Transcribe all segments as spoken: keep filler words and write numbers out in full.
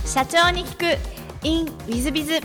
社長に聞く in ウィズビズ。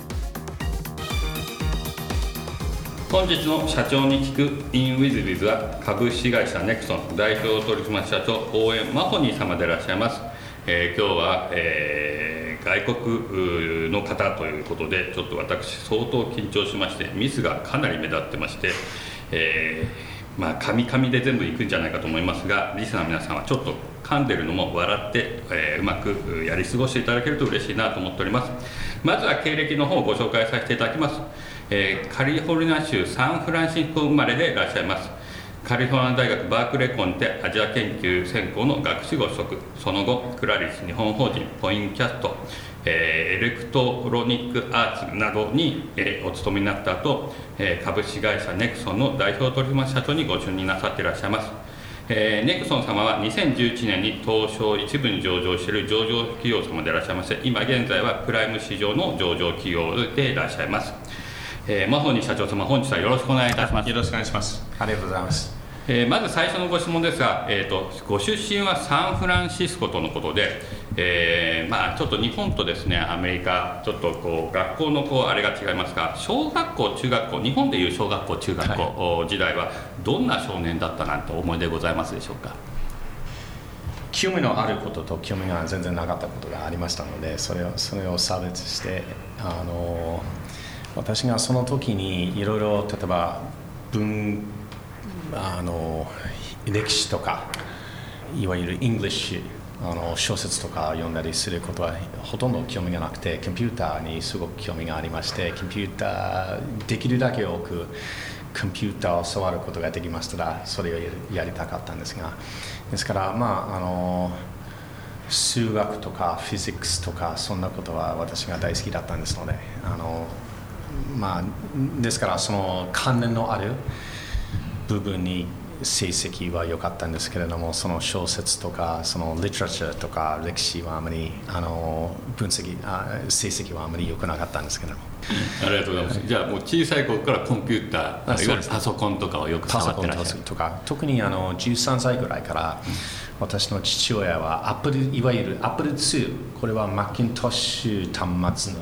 本日の社長に聞く in ウィズビズは株式会社ネクソン代表取締役社長大江真帆ニー様でいらっしゃいます。えー、今日は、えー、外国の方ということでちょっと私相当緊張しましてミスがかなり目立ってまして、えー、まあ噛み噛みで全部いくんじゃないかと思いますが、リスナーの皆さんはちょっと噛んでるのも笑って、えー、うまくやり過ごしていただけると嬉しいなと思っております。まずは経歴の方をご紹介させていただきます。えー、カリフォルニア州サンフランシスコ生まれでいらっしゃいます。カリフォルニア大学バークレー校にてアジア研究専攻の学士号取得、その後クラリス日本法人ポインキャスト、えー、エレクトロニックアーツなどに、えー、お勤めになった後、えー、株式会社ネクソンの代表取締役社長にご就任なさっていらっしゃいます。えー、ネクソン様はにせんじゅういちねんに東証一部に上場している上場企業様でいらっしゃいまして、今現在はプライム市場の上場企業でいらっしゃいます。えー、真帆に社長様、本日はよろしくお願いいたします。 よろしくお願いします。ありがとうございます。 えー、まず最初のご質問ですが、えーと、ご出身はサンフランシスコとのことで、えーまあ、ちょっと日本とですねアメリカちょっとこう学校のこうあれが違いますが、小学校中学校、日本でいう小学校中学校、はい、時代はどんな少年だったなんて思い出ございますでしょうか。 興味のあることと興味が全然なかったことがありましたので、それをそれを差別して、あの私がその時にいろいろ例えば文あの歴史とかいわゆるイングリッシュあの小説とか読んだりすることはほとんど興味がなくて、コンピューターにすごく興味がありまして、コンピューターできるだけ多くコンピューターを触ることができましたらそれをやりたかったんですが、ですからまああの数学とかフィジックスとかそんなことは私が大好きだったんですので、あのまあですからその関連のある部分に成績は良かったんですけれども、その小説とかそのリテラチャーとか歴史はあまりあの分析あ成績はあまり良くなかったんですけれども。 ありがとうございます。じゃあもう小さい頃からコンピューター、いわゆるパソコンとかをよく触ってらっしゃる。 とか特にあのじゅうさんさいぐらいから私の父親はアップルいわゆるアップルツー、これはマッキントッシュ端末の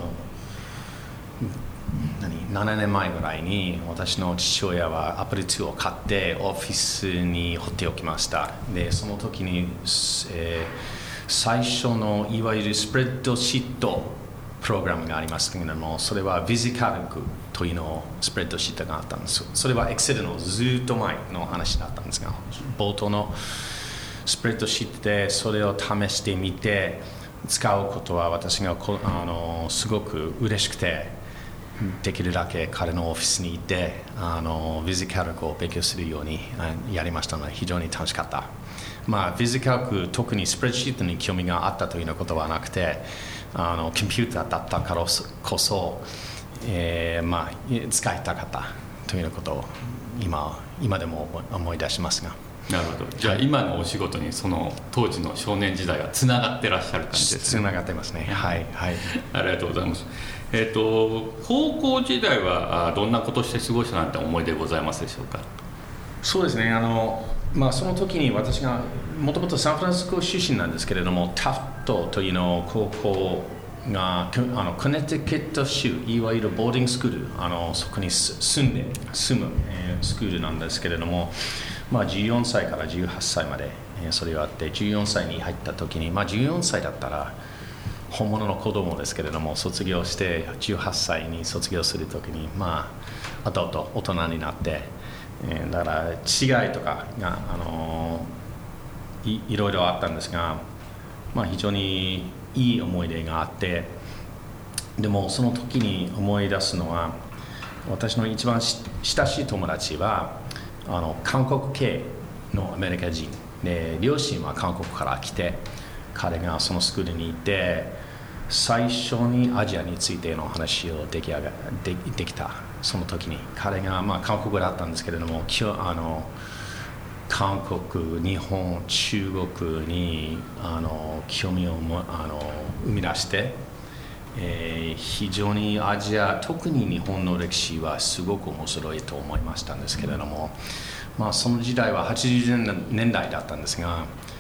ななねんまえぐらいに私の父親はアップルツーを買ってオフィスに放っておきました。でその時に、えー、最初のいわゆるスプレッドシートプログラムがありますけれども、それは VisiCalc というのスプレッドシートがあったんです。それは Excel のずっと前の話だったんですが、冒頭のスプレッドシートでそれを試してみて使うことは私がこあのすごく嬉しくて、できるだけ彼のオフィスに行ってあの VisiCalc を勉強するようにやりましたので非常に楽しかった。まあ VisiCalc 特にスプレッドシートに興味があったということはなくて、あのコンピューターだったからこそ、えーまあ、使いたかったということを 今, 今でも思い出しますが。 なるほど。じゃあ今のお仕事にその当時の少年時代はつながってらっしゃる感じですね。つながってますね。はいはい。 ありがとうございます。えっと高校時代はどんなことして過ごしたなんて思い出ございますでしょうか。 そうですね。あのまあその時に私がもともとサンフランシスコ出身なんですけれども、タフトというの高校があのコネティケット州、いわゆるボーディングスクール、あのそこに住んで住む、えー、スクールなんですけれども。まあ、じゅうよんさいからじゅうはっさいまでそれがあって、じゅうよんさいに入った時に、まあ、じゅうよんさいだったら本物の子供ですけれども、卒業してじゅうはっさいに卒業する時にまあアダルト大人になって、だから違いとかが、あのい, いろいろあったんですが、まあ、非常にいい思い出があって、でもその時に思い出すのは私の一番親しい友達はあの韓国系のアメリカ人で、両親は韓国から来て、彼がそのスクールに行って最初にアジアについての話をでき上が で, できたその時に、彼が、まあ、韓国語だったんですけれども、あの韓国、日本、中国にあの興味をもあの生み出して、えー、非常にアジア、特に日本の歴史はすごく面白いと思いましたんですけれども、まあ、その時代ははちじゅうねんだいだったんですが、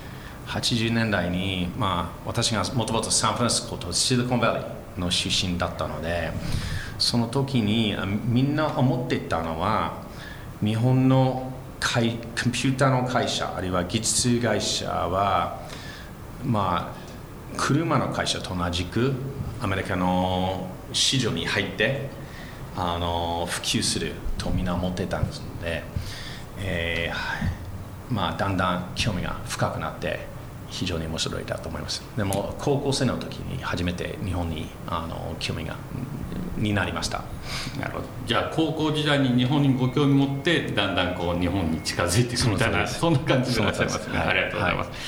はちじゅうねんだいに、まあ、私がもともとサンフランシスコとシリコンバレーの出身だったので、その時にみんな思っていたのは、日本のコンピューターの会社あるいは技術会社は、まあ、車の会社と同じくアメリカの市場に入ってあの普及するとみんな思っていたんですので、えーまあ、だんだん興味が深くなって非常に面白いだと思います。でも高校生の時に初めて日本にあの興味がになりました。 なるほど。じゃあ高校時代に日本にご興味持ってだんだんこう日本に近づいていくみたいな、そんな感じでいらっしゃいますね。 はい、 ありがとうございます。 はい、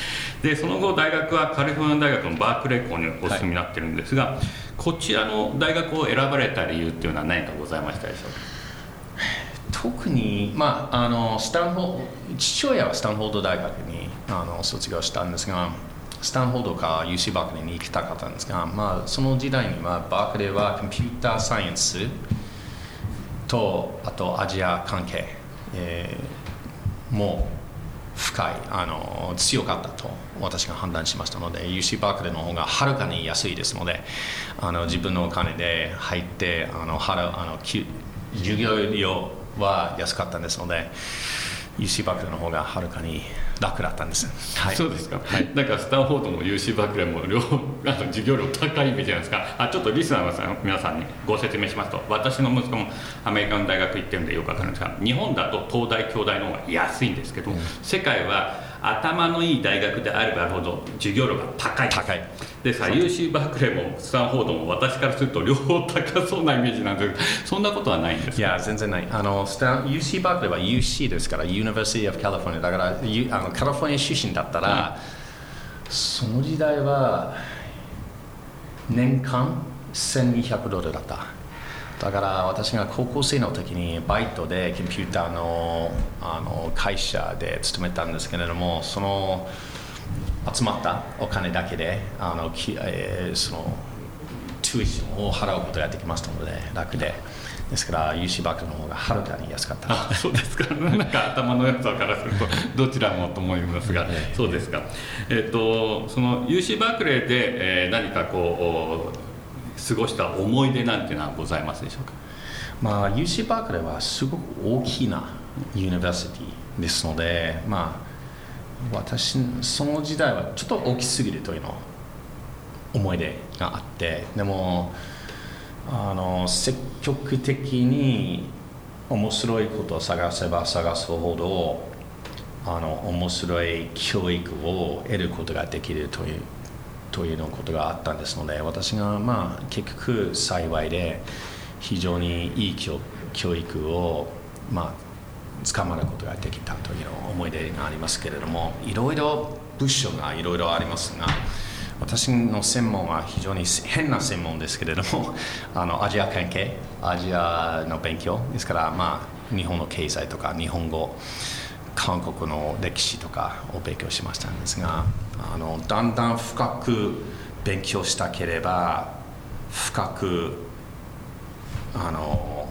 でその後大学はカリフォルニア大学のバークレー校にお進みになってるんですが、はい、こちらの大学を選ばれた理由っていうのは何かございましたでしょうか。 特に、まあ、あのスタンフォー父親はスタンフォード大学にあの卒業したんですが、スタンフォードから ユーシー バークレーに行きたかったんですが、まあ、その時代にはバークレーはコンピューターサイエンスとあとアジア関係、えー、も深いあの強かったと私が判断しましたので、 ユーシー バークレーの方がはるかに安いですので、あの自分のお金で入ってあの払うあの授業料は安かったんですので、 ユーシー バークレーの方がはるかに楽だったんです。 はい、そうですか。はい、なんかスタンフォードも ユーシー バークレーも両方あの授業料高いイメージなんですが、あちょっとリスナーの皆さんにご説明しますと、私の息子もアメリカの大学行ってるんでよくわかるんですが、日本だと東大京大の方が安いんですけど、うん、世界は頭のいい大学であればあるほど授業料が高い高いでさ、 ユーシー バークレーもスタンフォードも私からすると両方高そうなイメージなんですけど、そんなことはないんですか。 いや全然ない。あのスタン ユーシー バークレーは ユーシー ですから、 University of California だから、あのカリフォルニア出身だったら、うん、その時代は年間せんにひゃくドルだった。だから私が高校生の時にバイトでコンピューター の, あの会社で勤めたんですけれども、その集まったお金だけであの、えー、そのトゥイションを払うことができましたので楽で、ですから ユーシー バークレーの方がはるかに安かった。 あ、そうですか。なんか頭の良さからするとどちらもと思いますが、そうですか。えっとその ユーシー バークレーで、えー、何かこう過ごした思い出なんていうのはございますでしょうか。 まあ、ユーシー バークレーはすごく大きなユニバーシティですので、まあ、私その時代はちょっと大きすぎるというの思い出があって、でもあの積極的に面白いことを探せば探すほどあの面白い教育を得ることができるというというのことがあったんですので、私がまあ結局幸いで非常にいい 教, 教育をまあ掴まることができたという思い出がありますけれども、いろいろ部署がいろいろありますが、私の専門は非常に変な専門ですけれども、あのアジア関係、アジアの勉強ですから、まあ、日本の経済とか日本語、韓国の歴史とかを勉強しましたんですが、あのだんだん深く勉強したければ深くあの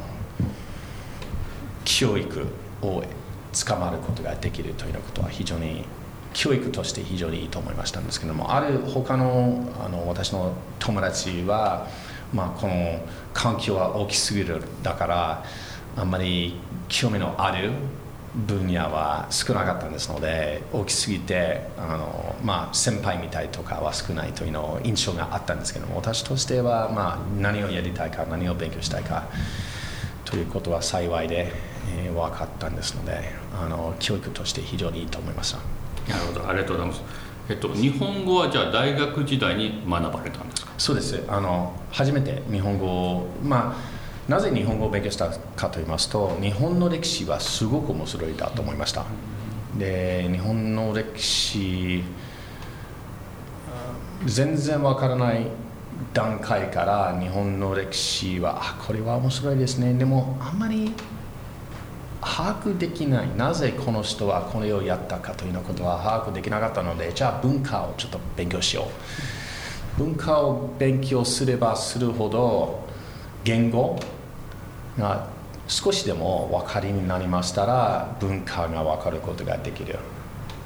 教育をつかまることができるということは非常に教育として非常にいいと思いましたんですけども、ある他 の, あの私の友達は、まあ、この環境は大きすぎるだからあんまり興味のある分野は少なかったんですので、大きすぎてあの、まあ、先輩みたいとかは少ないというの印象があったんですけども、私としては、まあ、何をやりたいか何を勉強したいかということは幸いで、えー、分かったんですので、あの教育として非常にいいと思いました。 なるほど、ありがとうございます。えっと、日本語はじゃあ大学時代に学ばれたんですか。 そうです。あの初めて日本語を、まあなぜ日本語を勉強したかと言いますと、日本の歴史はすごく面白いだと思いました。で、日本の歴史全然わからない段階から日本の歴史はあこれは面白いですね、でもあんまり把握できない、なぜこの人はこれをやったかというようなことは把握できなかったので、じゃあ文化をちょっと勉強しよう。文化を勉強すればするほど言語が少しでも分かりになりましたら文化が分かることができる。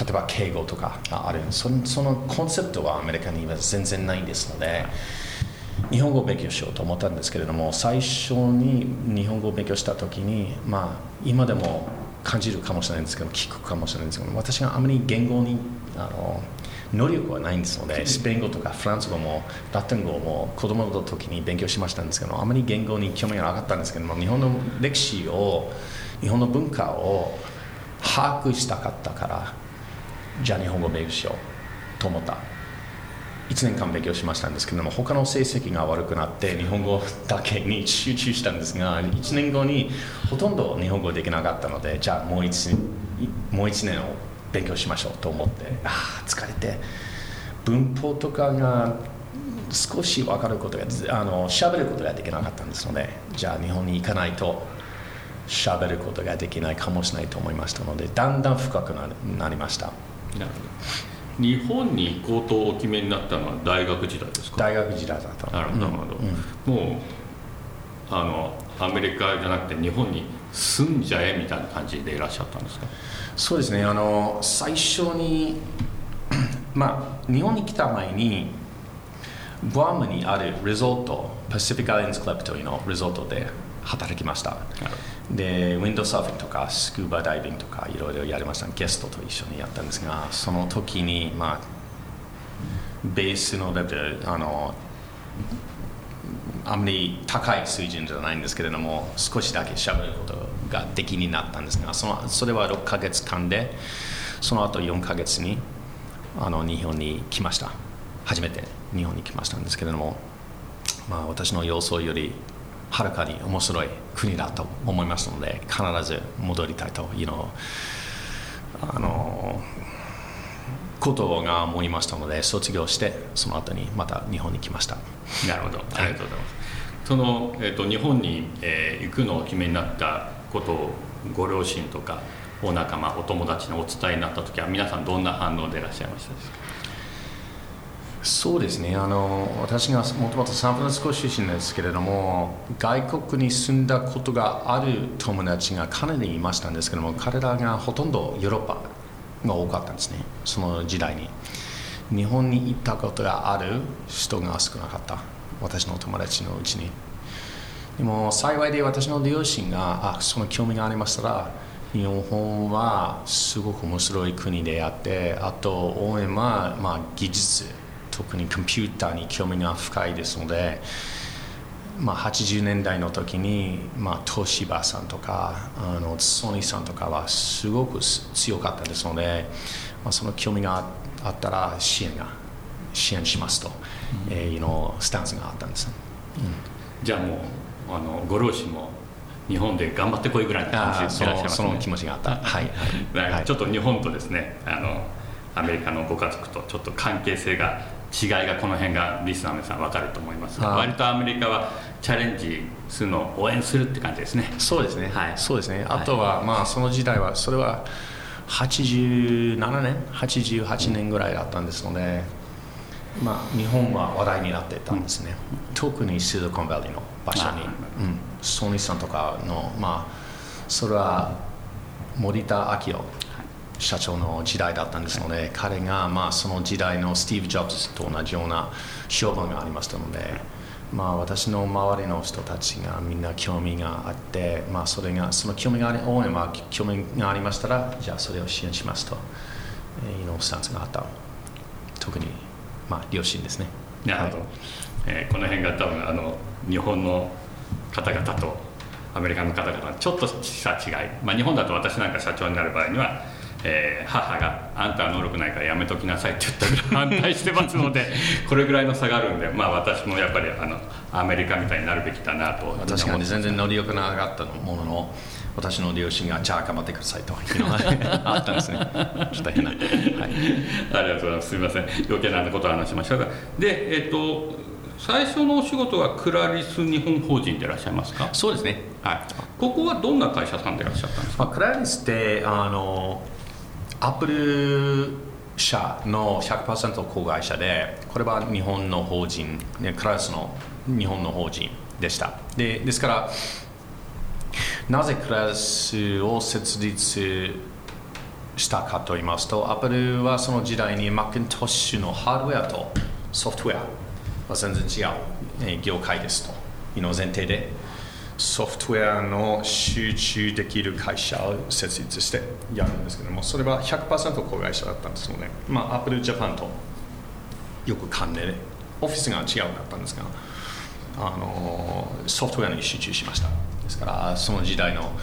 例えば敬語とかがある、その、そのコンセプトはアメリカには全然ないんですので、日本語を勉強しようと思ったんですけれども、最初に日本語を勉強した時に、まあ、今でも感じるかもしれないんですけど、聞くかもしれないんですけど、私があまり言語にあの能力はないんですので、スペイン語とかフランス語もラテン語も子供の時に勉強しましたんですけど、あまり言語に興味がなかったんですけども、日本の歴史を、日本の文化を把握したかったから、じゃあ日本語を勉強しようと思った。いちねんかん勉強しましたんですけども、他の成績が悪くなって日本語だけに集中したんですが、いちねんごにほとんど日本語できなかったので、じゃあもう 1, もういちねんを勉強しましょうと思って、ああ疲れて文法とかが少し分かることが、あの喋ることができなかったんですので、じゃあ日本に行かないと喋ることができないかもしれないと思いましたので、だんだん深く な, なりました。 なるほど。日本に行こうとお決めになったのは大学時代ですか？ 大学時代だった。 なるほど、なるほど、うん、もうあのアメリカじゃなくて日本に住んじゃえみたいな感じでいらっしゃったんですか？ そうですね、あの最初にまあ日本に来た前にグアムにあるリゾート、パシフィックアイランドクラブというのリゾートで働きました。で、ウィンドサーフィンとかスクーバダイビングとかいろいろやりました。ゲストと一緒にやったんですが、その時にまあベースのレベル、あのあまり高い水準じゃないんですけれども、少しだけ喋ることができになったんですが、そのそれはろっかげつかんで、その後よんかげつにあの日本に来ました。初めて日本に来ましたんですけれども、まあ、私の予想よりはるかに面白い国だと思いますので、必ず戻りたいというのをあのことが思いましたので、卒業してその後にまた日本に来ました。 なるほど、ありがとうございます。その、えーと、日本に、えー、行くのをお決めになったことをご両親とかお仲間、お友達にお伝えになった時は皆さんどんな反応でいらっしゃいましたですか？ そうですね、あの私がもともとサンフランシスコ出身ですけれども、外国に住んだことがある友達がかなりいましたんですけども、彼らがほとんどヨーロッパが多かったんですね。その時代に日本に行ったことがある人が少なかった、私の友達のうちに。でも幸いで私の両親があその興味がありましたら、日本はすごく面白い国であって、あと応援は、まあ、技術、特にコンピューターに興味が深いですので、まあ、はちじゅうねんだいの時に、まあ、東芝さんとかあのソニーさんとかはすごく強かったですので、まあ、その興味があったら支援が支援しますと、うんえー、いうのスタンスがあったんです、うん、 じゃあもうあのご両親も日本で頑張ってこいぐらいの感じでいらっしゃいますね。 その気持ちがあった、はいはい、ちょっと日本とですね、あのアメリカのご家族とちょっと関係性が違いが、この辺がリスナーの皆さん分かると思いますが、割とアメリカはチャレンジするのを応援するって感じですね。 そうですね、 はい、 そうですね。あとは、はい、まあその時代はそれははちじゅうななねんはちじゅうはちねんぐらいだったんですので、まあ日本は話題になっていたんですね、うん、特にシリコンバレーの場所に、うん、ソニーさんとかの、まあそれは森田昭夫社長の時代だったんですので、彼がまあその時代のスティーブ・ジョブズと同じような評判がありましたので、まあ、私の周りの人たちがみんな興味があって、まあ、それがその興味があり応援は興味がありましたら、じゃあそれを支援しますというのスタンスがあった。特に、まあ、両親ですね。 なるほど、はいえー、この辺が多分あの日本の方々とアメリカの方々のちょっとした違い、まあ、日本だと私なんか社長になる場合にはえー、母があんたは能力ないからやめときなさいって言ったぐらい反対してますのでこれぐらいの差があるんで、まあ、私もやっぱりあのアメリカみたいになるべきだなと。 確かに全然能力なかったものの、私の両親がじゃあ頑張ってくださいというのがあったんですね。ちょっと変な、はい、ありがとうございます。すみません、余計なことを話しましたが、で、えっと最初のお仕事はクラリス日本法人でいらっしゃいますか？ そうですね、 はい、ここはどんな会社さんでいらっしゃったんですか？ まあ、クラリスってあのアップル社の ひゃくパーセント 子会社で、これは日本の法人、クラリスの日本の法人でした。で、ですからなぜクラリスを設立したかと言いますと、アップルはその時代にマッキントッシュのハードウェアとソフトウェアは全然違う、えー、業界ですというのを前提で、ソフトウェアの集中できる会社を設立してやるんですけども、それは ひゃくパーセント 子会社だったんですので、まあ、アップルジャパンとよく関連でオフィスが違うかったんですが、あのソフトウェアに集中しました。ですからその時代の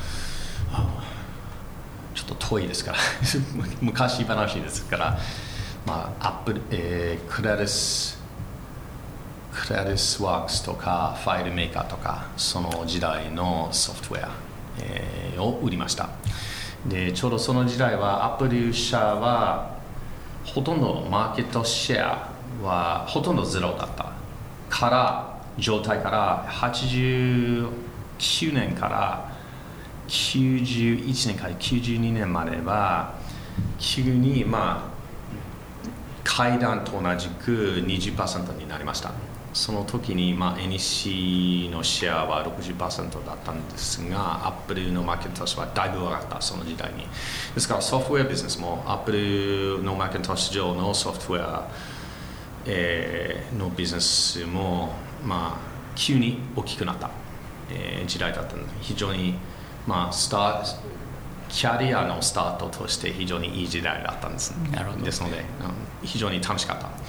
ちょっと遠いですから昔話ですから、まあ、アップル、えー、クラリスクラリスワークスとかファイルメーカーとかその時代のソフトウェア、えー、を売りました。でちょうどその時代はアップル社はほとんどマーケットシェアはほとんどゼロだったから状態からはちじゅうきゅうねんからきゅうじゅういちねんからきゅうじゅうにねんまでは急にまあ階段と同じく にじゅっパーセント になりました。その時にまあ エヌイーシー のシェアは ろくじゅっパーセント だったんですが、アップルのマーケットはだいぶ上がったその時代に。ですからソフトウェアビジネスもアップルのマーケット市場のソフトウェア、えー、のビジネスもまあ急に大きくなった、えー、時代だったので、非常にまあスターキャリアのスタートとして非常にいい時代だったんです。 なるほど。 ですので、うん、非常に楽しかった。はい。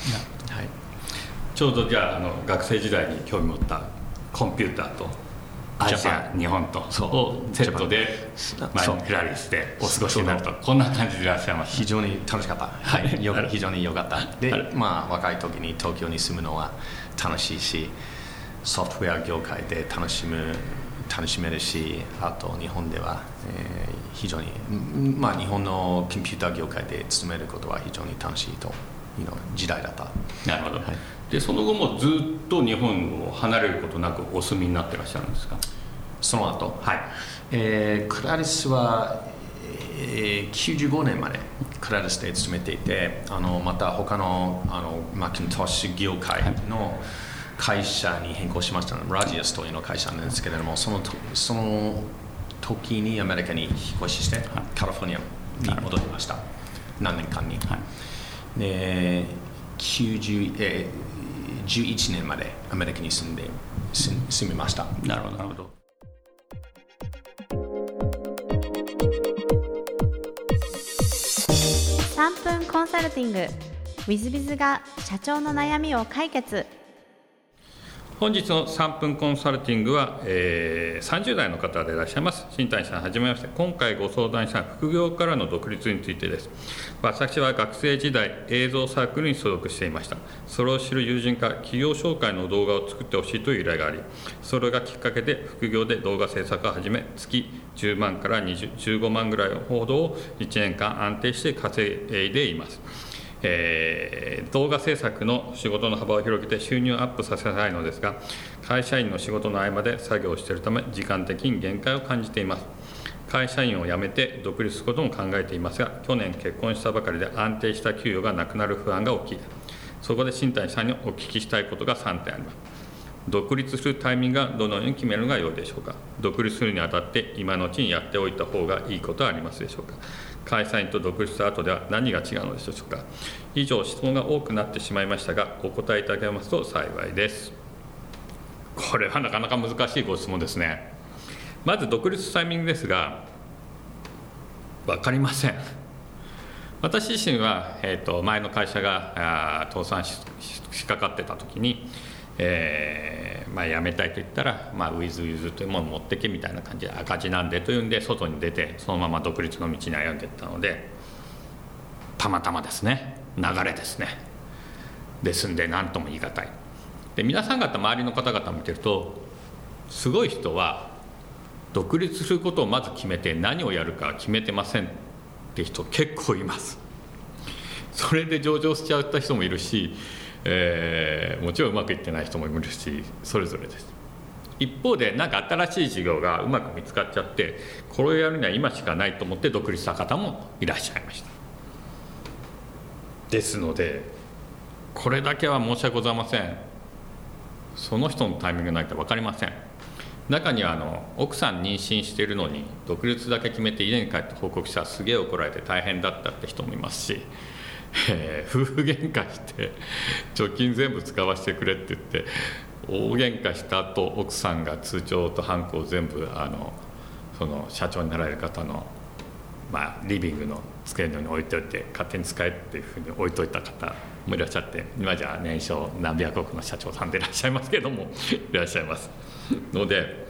ちょうどじゃあ、あの学生時代に興味持ったコンピューターとアジア、日本とをセットで前にクラリスでお過ごしになると、こんな感じでいらっしゃいます。 非常に楽しかった。はい。よ非常に良かった。で、まあ若い時に東京に住むのは楽しいし、ソフトウェア業界で楽しむ楽しめるし、あと日本では、えー、非常にまあ日本のコンピューター業界で勤めることは非常に楽しいというの時代だった。 なるほど。 はい。 でその後もずっと日本を離れることなくお住みになってらっしゃるんですか？ その後、 はい。 えー、クラリスは、えー、きゅうじゅうごねんまでクラリスで勤めていて、あのまた他のあのマッキントッシュ業界の会社に変更しましたので、ラジアスというの会社なんですけれども、そのとその時にアメリカに引っ越しして、はい、カリフォルニアに戻りました。何年間に。はい、できゅうじゅう、えーじゅういちねんまでアメリカに住んで住みました。 なるほどなるほど。 さんぷんコンサルティング ウィズビズ が社長の悩みを解決。 本日のさんぷんコンサルティングは、えー、さんじゅう代の方でいらっしゃいます新谷さん、はじめまして。今回ご相談した副業からの独立についてです。私は学生時代映像サークルに所属していました。それを知る友人から企業紹介の動画を作ってほしいという依頼があり、それがきっかけで副業で動画制作を始め、月じゅうまんからじゅうごまんぐらいほどをいちねんかん安定して稼いでいます。えー、動画制作の仕事の幅を広げて収入アップさせたいのですが、会社員の仕事の合間で作業をしているため時間的に限界を感じています。会社員を辞めて独立することも考えていますが、去年結婚したばかりで安定した給与がなくなる不安が大きい。そこで新谷さんにお聞きしたいことがさんてんあります。独立するタイミングがどのように決めるのが良いでしょうか。独立するにあたって今のうちにやっておいた方がいいことはありますでしょうか。会社員と独立した後では何が違うのでしょうか。以上、質問が多くなってしまいましたが、お答えいただけますと幸いです。これはなかなか難しいご質問ですね。まず独立タイミングですが、分かりません。私自身は、えー、と前の会社が倒産 し, しかかってた時に、えーまあ、辞めたいと言ったら、まあ、ウィズウィズというものを持ってけみたいな感じで、赤字なんでというんで外に出てそのまま独立の道に歩んでいったので、たまたまですね、流れですね。ですんで何とも言い難い。で皆さん方周りの方々見てると、すごい人は独立することをまず決めて何をやるか決めてませんって人結構います。それで上場しちゃった人もいるし、えー、もちろんうまくいってない人もいるし、それぞれです。一方で何か新しい事業がうまく見つかっちゃって、これをやるには今しかないと思って独立した方もいらっしゃいました。ですのでこれだけは申し訳ございません。その人のタイミングないと分かりません。 中にはあの奥さん妊娠しているのに独立だけ決めて家に帰って報告したらすげえ怒られて大変だったって人もいますし、えー、夫婦喧嘩して貯金全部使わせてくれって言って大喧嘩した後奥さんが通帳とハンコを全部あのその社長になられる方の、まあ、リビングの机の上に置いておいて勝手に使えっていうふうに置いといた方もいらっしゃって、今じゃ年商何百億の社長さんでいらっしゃいますけどもいらっしゃいますので、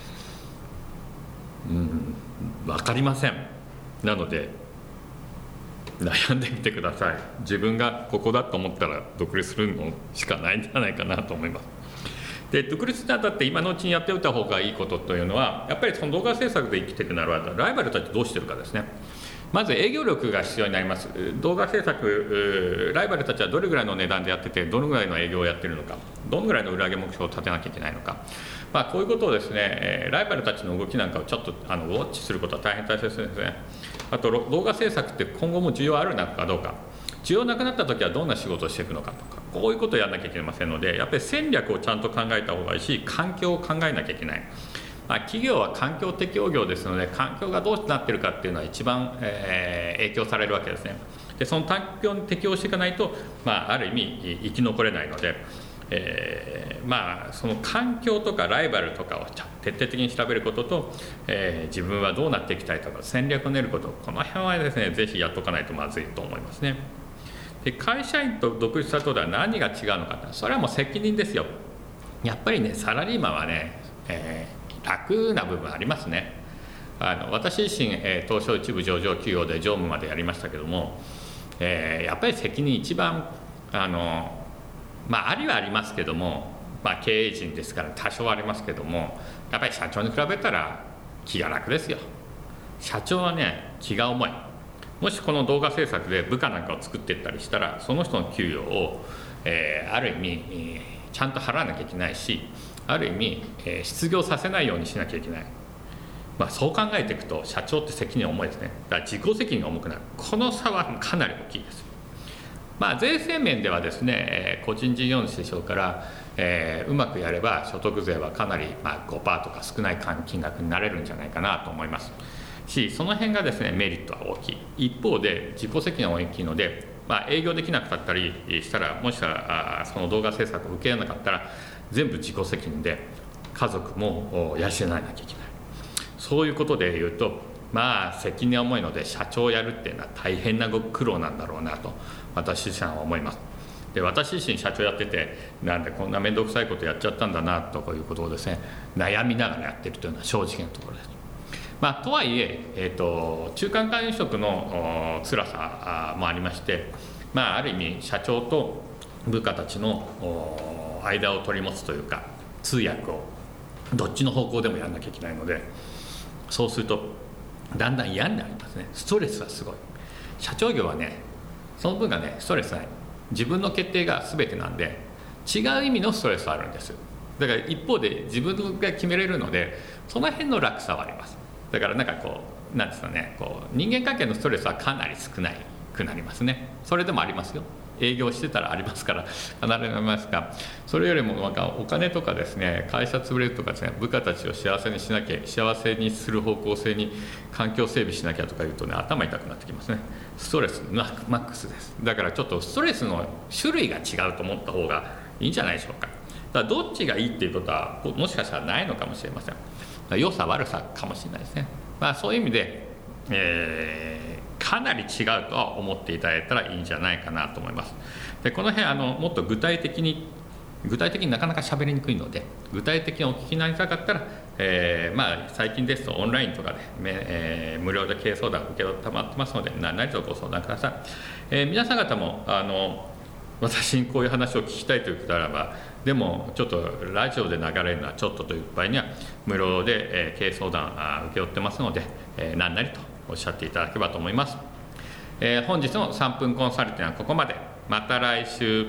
うん、分かりません。なので悩んでみてください。自分がここだと思ったら独立するのしかないんじゃないかなと思います。で独立にあたって今のうちにやっておいた方がいいことというのは、やっぱりその動画制作で生きていくならばライバルたちどうしてるかですね。まず営業力が必要になります。動画制作、ライバルたちはどれぐらいの値段でやってて、どのぐらいの営業をやってるのか、どのぐらいの売上目標を立てなきゃいけないのか、まあ、こういうことをですね、ライバルたちの動きなんかをちょっとあのウォッチすることは大変大切ですね。あと動画制作って今後も需要あるのかどうか、需要なくなった時はどんな仕事をしていくのかとか、こういうことをやらなきゃいけませんので、やっぱり戦略をちゃんと考えた方がいいし、環境を考えなきゃいけない。まあ、企業は環境適応業ですので、環境がどうなっているかっていうのは一番、えー、影響されるわけですね。でその環境に適応していかないと、まあ、ある意味生き残れないので、えーまあ、その環境とかライバルとかを徹底的に調べることと、えー、自分はどうなっていきたいとか戦略を練ること、この辺はですねぜひやっとかないとまずいと思いますね。で会社員と独立したとでは何が違うのか、それはもう責任ですよ。やっぱりねサラリーマンはね、えー楽な部分ありますね。あの私自身、えー、東証一部上場企業で常務までやりましたけども、えー、やっぱり責任一番あの、まあ、ありはありますけども、まあ、経営陣ですから多少ありますけども、やっぱり社長に比べたら気が楽ですよ。社長はね気が重い。もしこの動画制作で部下なんかを作っていったりしたら、その人の給与を、えー、ある意味、えー、ちゃんと払わなきゃいけないし、ある意味、えー、失業させないようにしなきゃいけない。まあ、そう考えていくと社長って責任重いですね。だから自己責任が重くなる。この差はかなり大きいです。まあ、税制面ではですね、えー、個人事業主でしょうから、えー、うまくやれば所得税はかなり、まあ、ごパーセントとか少ない金額になれるんじゃないかなと思いますし、その辺がですねメリットは大きい。一方で自己責任は大きいので、まあ、営業できなかったりしたら、もしかしたらあその動画制作を受けられなかったら全部自己責任で家族も養わなきゃいけない。そういうことでいうと、まあ責任は重いので社長をやるっていうのは大変なご苦労なんだろうなと私自身は思います。で私自身社長やってて、なんでこんな面倒くさいことやっちゃったんだなということをですね悩みながらやってるというのは正直なところです。まあ、とはいええー、と中間管理職の辛さもありまして、まあ、ある意味社長と部下たちの間を取り持つというか、通訳をどっちの方向でもやらなきゃいけないので、そうするとだんだん嫌になりますね。ストレスがすごい。社長業はねその分がねストレスない。自分の決定が全てなんで、違う意味のストレスはあるんですよ。だから一方で自分が決めれるので、その辺の楽さはあります。だからなんかこうなんですかね、こう人間関係のストレスはかなり少ないくなりますね。それでもありますよ。営業してたらありますから必ずありますが、それよりもなんかお金とかですね、会社潰れるとかですね、部下たちを幸せにしなきゃ、幸せにする方向性に環境整備しなきゃとか言うとね、頭痛くなってきますね。ストレスマックスです。だからちょっとストレスの種類が違うと思った方がいいんじゃないでしょうか。だからどっちがいいっていうことはもしかしたらないのかもしれません。良さ悪さかもしれないですね。まあ、そういう意味で、えー、かなり違うとは思っていただいたらいいんじゃないかなと思います。でこの辺あのもっと具体的に具体的になかなか喋りにくいので、具体的にお聞きになりたかったら、えーまあ、最近ですとオンラインとかで、えー、無料で経営相談を受けたまってますので、何卒ご相談ください。えー、皆さん方もあの私にこういう話を聞きたいということならば、でもちょっとラジオで流れるのはちょっとという場合には無料で、えー、経営相談あ請け負ってますので、えー、何なりとおっしゃっていただければと思います。えー、本日のさんぷんコンサルティングはここまで。また来週。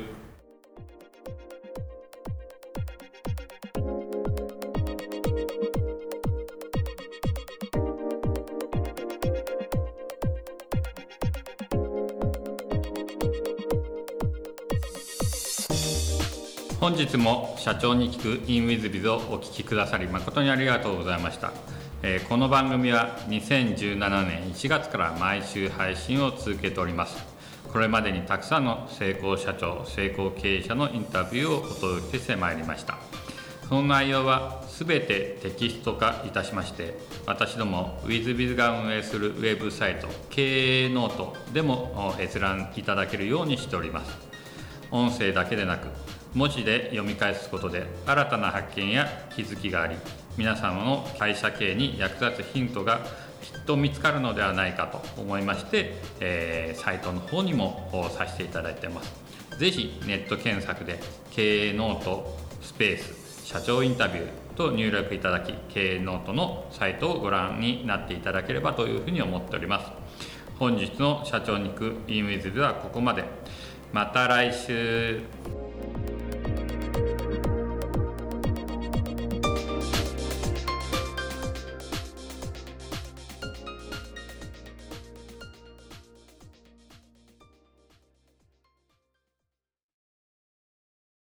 本日も社長に聞く InWithBiz をお聞きくださり誠にありがとうございました。えー、この番組はにせんじゅうななねんいちがつから毎週配信を続けております。これまでにたくさんの成功社長、成功経営者のインタビューをお届けしてまいりました。その内容はすべてテキスト化いたしまして、私ども WithBiz が運営するウェブサイト経営ノートでも閲覧いただけるようにしております。音声だけでなく文字で読み返すことで新たな発見や気づきがあり、皆様の会社経営に役立つヒントがきっと見つかるのではないかと思いまして、えー、サイトの方にもさせていただいています。ぜひネット検索で経営ノートスペース社長インタビューと入力いただき、経営ノートのサイトをご覧になっていただければというふうに思っております。本日の社長に行く InWithBiz はここまで。また来週。